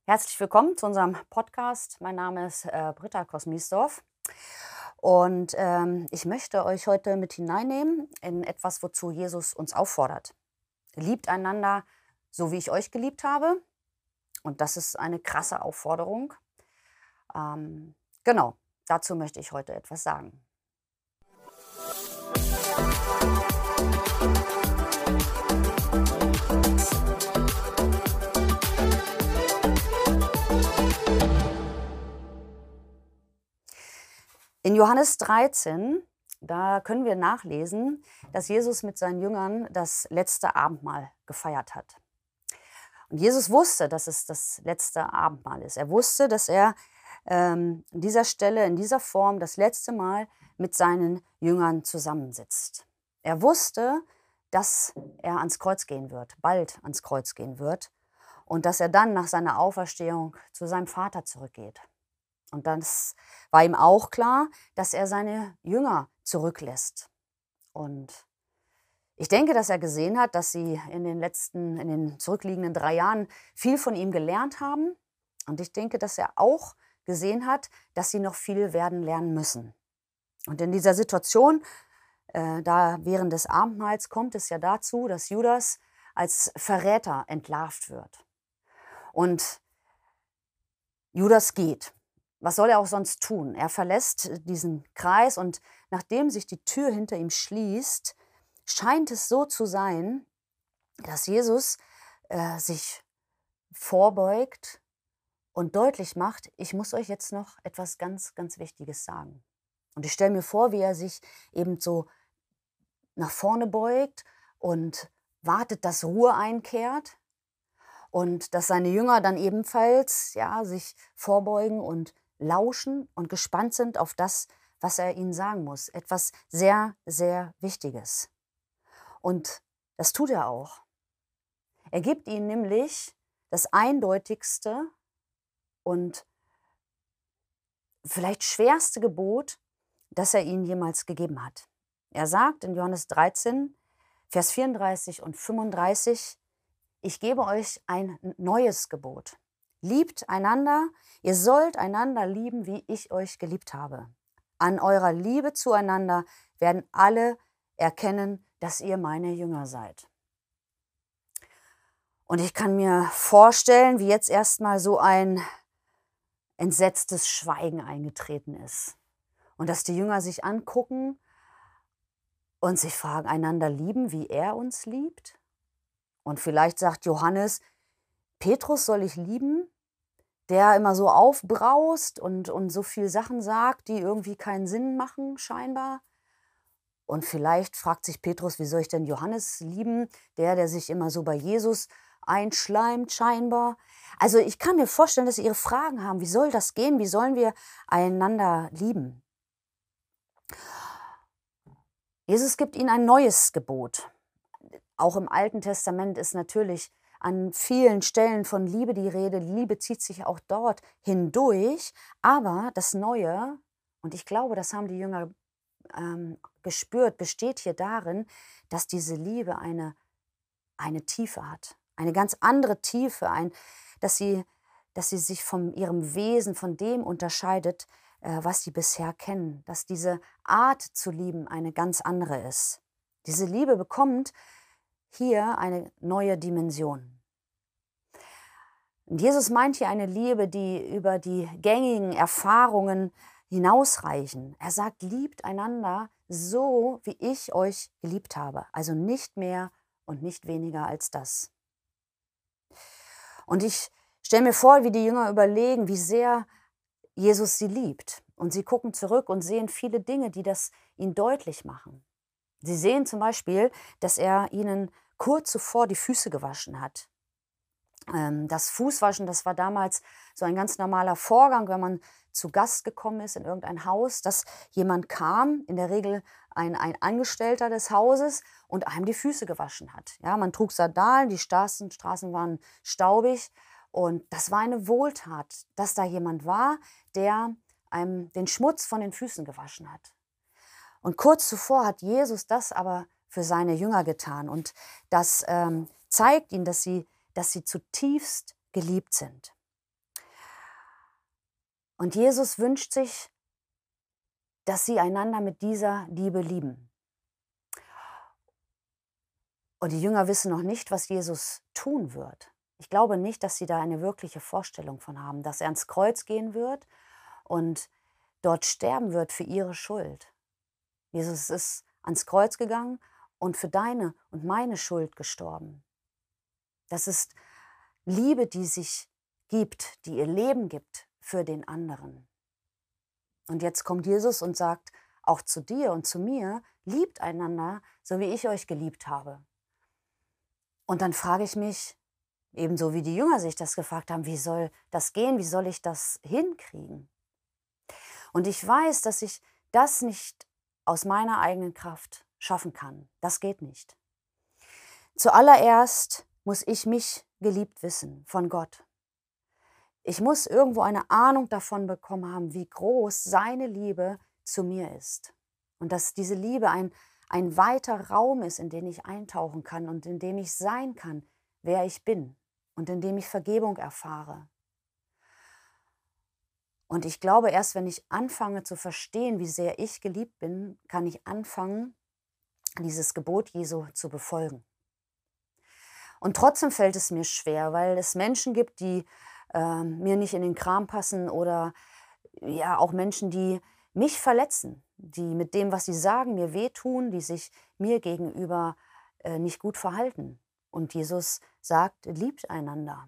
Herzlich willkommen zu unserem Podcast. Mein Name ist Britta Kosmiesdorf und ich möchte euch heute mit hineinnehmen in etwas, wozu Jesus uns auffordert. Liebt einander, so wie ich euch geliebt habe. Und das ist eine krasse Aufforderung. Genau, dazu möchte ich heute etwas sagen. In Johannes 13, da können wir nachlesen, dass Jesus mit seinen Jüngern das letzte Abendmahl gefeiert hat. Und Jesus wusste, dass es das letzte Abendmahl ist. Er wusste, dass er an dieser Stelle, in dieser Form das letzte Mal mit seinen Jüngern zusammensitzt. Er wusste, dass er ans Kreuz gehen wird, bald ans Kreuz gehen wird und dass er dann nach seiner Auferstehung zu seinem Vater zurückgeht. Und das war ihm auch klar, dass er seine Jünger zurücklässt. Und ich denke, dass er gesehen hat, dass sie in den zurückliegenden 3 Jahren viel von ihm gelernt haben. Und ich denke, dass er auch gesehen hat, dass sie noch viel werden lernen müssen. Und in dieser Situation, da während des Abendmahls, kommt es ja dazu, dass Judas als Verräter entlarvt wird. Und Judas geht. Was soll er auch sonst tun? Er verlässt diesen Kreis und nachdem sich die Tür hinter ihm schließt, scheint es so zu sein, dass Jesus sich vorbeugt und deutlich macht, ich muss euch jetzt noch etwas ganz, ganz Wichtiges sagen. Und ich stelle mir vor, wie er sich eben so nach vorne beugt und wartet, dass Ruhe einkehrt und dass seine Jünger dann ebenfalls sich vorbeugen und lauschen und gespannt sind auf das, was er ihnen sagen muss. Etwas sehr, sehr Wichtiges. Und das tut er auch. Er gibt ihnen nämlich das eindeutigste und vielleicht schwerste Gebot, das er ihnen jemals gegeben hat. Er sagt in Johannes 13, Vers 34 und 35, ich gebe euch ein neues Gebot. Liebt einander, ihr sollt einander lieben, wie ich euch geliebt habe. An eurer Liebe zueinander werden alle erkennen, dass ihr meine Jünger seid. Und ich kann mir vorstellen, wie jetzt erstmal so ein entsetztes Schweigen eingetreten ist. Und dass die Jünger sich angucken und sich fragen, einander lieben, wie er uns liebt? Und vielleicht sagt Johannes, Petrus soll ich lieben, der immer so aufbraust und so viel Sachen sagt, die irgendwie keinen Sinn machen, scheinbar. Und vielleicht fragt sich Petrus, wie soll ich denn Johannes lieben, der sich immer so bei Jesus einschleimt, scheinbar. Also ich kann mir vorstellen, dass sie ihre Fragen haben. Wie soll das gehen? Wie sollen wir einander lieben? Jesus gibt ihnen ein neues Gebot. Auch im Alten Testament ist natürlich an vielen Stellen von Liebe die Rede. Die Liebe zieht sich auch dort hindurch. Aber das Neue, und ich glaube, das haben die Jünger gespürt, besteht hier darin, dass diese Liebe eine Tiefe hat. Eine ganz andere Tiefe, dass sie sich von ihrem Wesen, von dem unterscheidet, was sie bisher kennen. Dass diese Art zu lieben eine ganz andere ist. Diese Liebe bekommt hier eine neue Dimension. Und Jesus meint hier eine Liebe, die über die gängigen Erfahrungen hinausreichen. Er sagt, liebt einander so, wie ich euch geliebt habe. Also nicht mehr und nicht weniger als das. Und ich stelle mir vor, wie die Jünger überlegen, wie sehr Jesus sie liebt. Und sie gucken zurück und sehen viele Dinge, die das ihnen deutlich machen. Sie sehen zum Beispiel, dass er ihnen kurz zuvor die Füße gewaschen hat. Das Fußwaschen, das war damals so ein ganz normaler Vorgang, wenn man zu Gast gekommen ist in irgendein Haus, dass jemand kam, in der Regel ein Angestellter des Hauses, und einem die Füße gewaschen hat. Ja, man trug Sandalen, die Straßen waren staubig, und das war eine Wohltat, dass da jemand war, der einem den Schmutz von den Füßen gewaschen hat. Und kurz zuvor hat Jesus das aber für seine Jünger getan, und das zeigt ihnen, dass sie zutiefst geliebt sind. Und Jesus wünscht sich, dass sie einander mit dieser Liebe lieben. Und die Jünger wissen noch nicht, was Jesus tun wird. Ich glaube nicht, dass sie da eine wirkliche Vorstellung von haben, dass er ans Kreuz gehen wird und dort sterben wird für ihre Schuld. Jesus ist ans Kreuz gegangen und für deine und meine Schuld gestorben. Das ist Liebe, die sich gibt, die ihr Leben gibt für den anderen. Und jetzt kommt Jesus und sagt auch zu dir und zu mir, liebt einander, so wie ich euch geliebt habe. Und dann frage ich mich, ebenso wie die Jünger sich das gefragt haben, wie soll das gehen, wie soll ich das hinkriegen? Und ich weiß, dass ich das nicht aus meiner eigenen Kraft schaffen kann. Das geht nicht. Zuallererst muss ich mich geliebt wissen von Gott. Ich muss irgendwo eine Ahnung davon bekommen haben, wie groß seine Liebe zu mir ist. Und dass diese Liebe ein weiter Raum ist, in den ich eintauchen kann und in dem ich sein kann, wer ich bin und in dem ich Vergebung erfahre. Und ich glaube, erst wenn ich anfange zu verstehen, wie sehr ich geliebt bin, kann ich anfangen, dieses Gebot Jesu zu befolgen. Und trotzdem fällt es mir schwer, weil es Menschen gibt, die mir nicht in den Kram passen oder ja auch Menschen, die mich verletzen, die mit dem, was sie sagen, mir wehtun, die sich mir gegenüber nicht gut verhalten. Und Jesus sagt, liebt einander.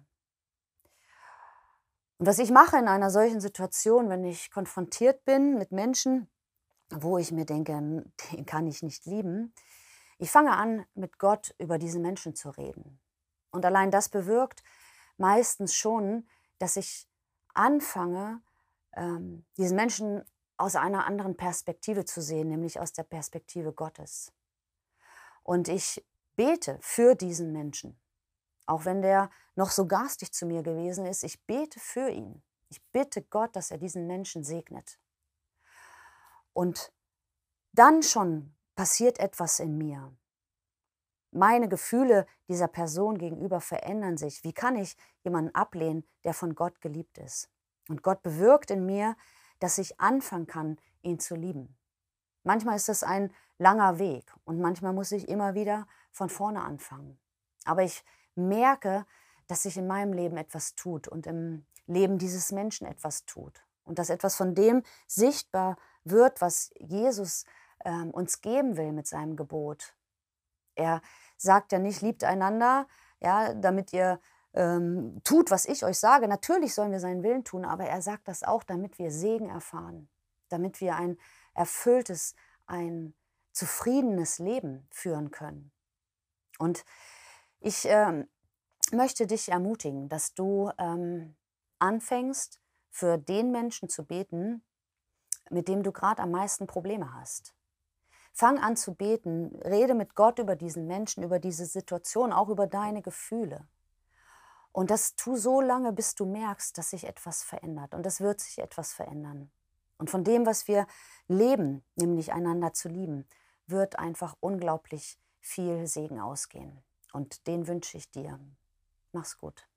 Und was ich mache in einer solchen Situation, wenn ich konfrontiert bin mit Menschen, wo ich mir denke, den kann ich nicht lieben, ich fange an, mit Gott über diese Menschen zu reden. Und allein das bewirkt meistens schon, dass ich anfange, diesen Menschen aus einer anderen Perspektive zu sehen, nämlich aus der Perspektive Gottes. Und ich bete für diesen Menschen, auch wenn der noch so garstig zu mir gewesen ist, ich bete für ihn. Ich bitte Gott, dass er diesen Menschen segnet. Und dann schon passiert etwas in mir. Meine Gefühle dieser Person gegenüber verändern sich. Wie kann ich jemanden ablehnen, der von Gott geliebt ist? Und Gott bewirkt in mir, dass ich anfangen kann, ihn zu lieben. Manchmal ist das ein langer Weg und manchmal muss ich immer wieder von vorne anfangen. Aber ich merke, dass sich in meinem Leben etwas tut und im Leben dieses Menschen etwas tut. Und dass etwas von dem sichtbar wird, was Jesus uns geben will mit seinem Gebot. Er sagt ja nicht, liebt einander, ja, damit ihr tut, was ich euch sage. Natürlich sollen wir seinen Willen tun, aber er sagt das auch, damit wir Segen erfahren, damit wir ein erfülltes, ein zufriedenes Leben führen können. Und ich möchte dich ermutigen, dass du anfängst, für den Menschen zu beten, mit dem du gerade am meisten Probleme hast. Fang an zu beten, rede mit Gott über diesen Menschen, über diese Situation, auch über deine Gefühle. Und das tu so lange, bis du merkst, dass sich etwas verändert. Und es wird sich etwas verändern. Und von dem, was wir leben, nämlich einander zu lieben, wird einfach unglaublich viel Segen ausgehen. Und den wünsche ich dir. Mach's gut.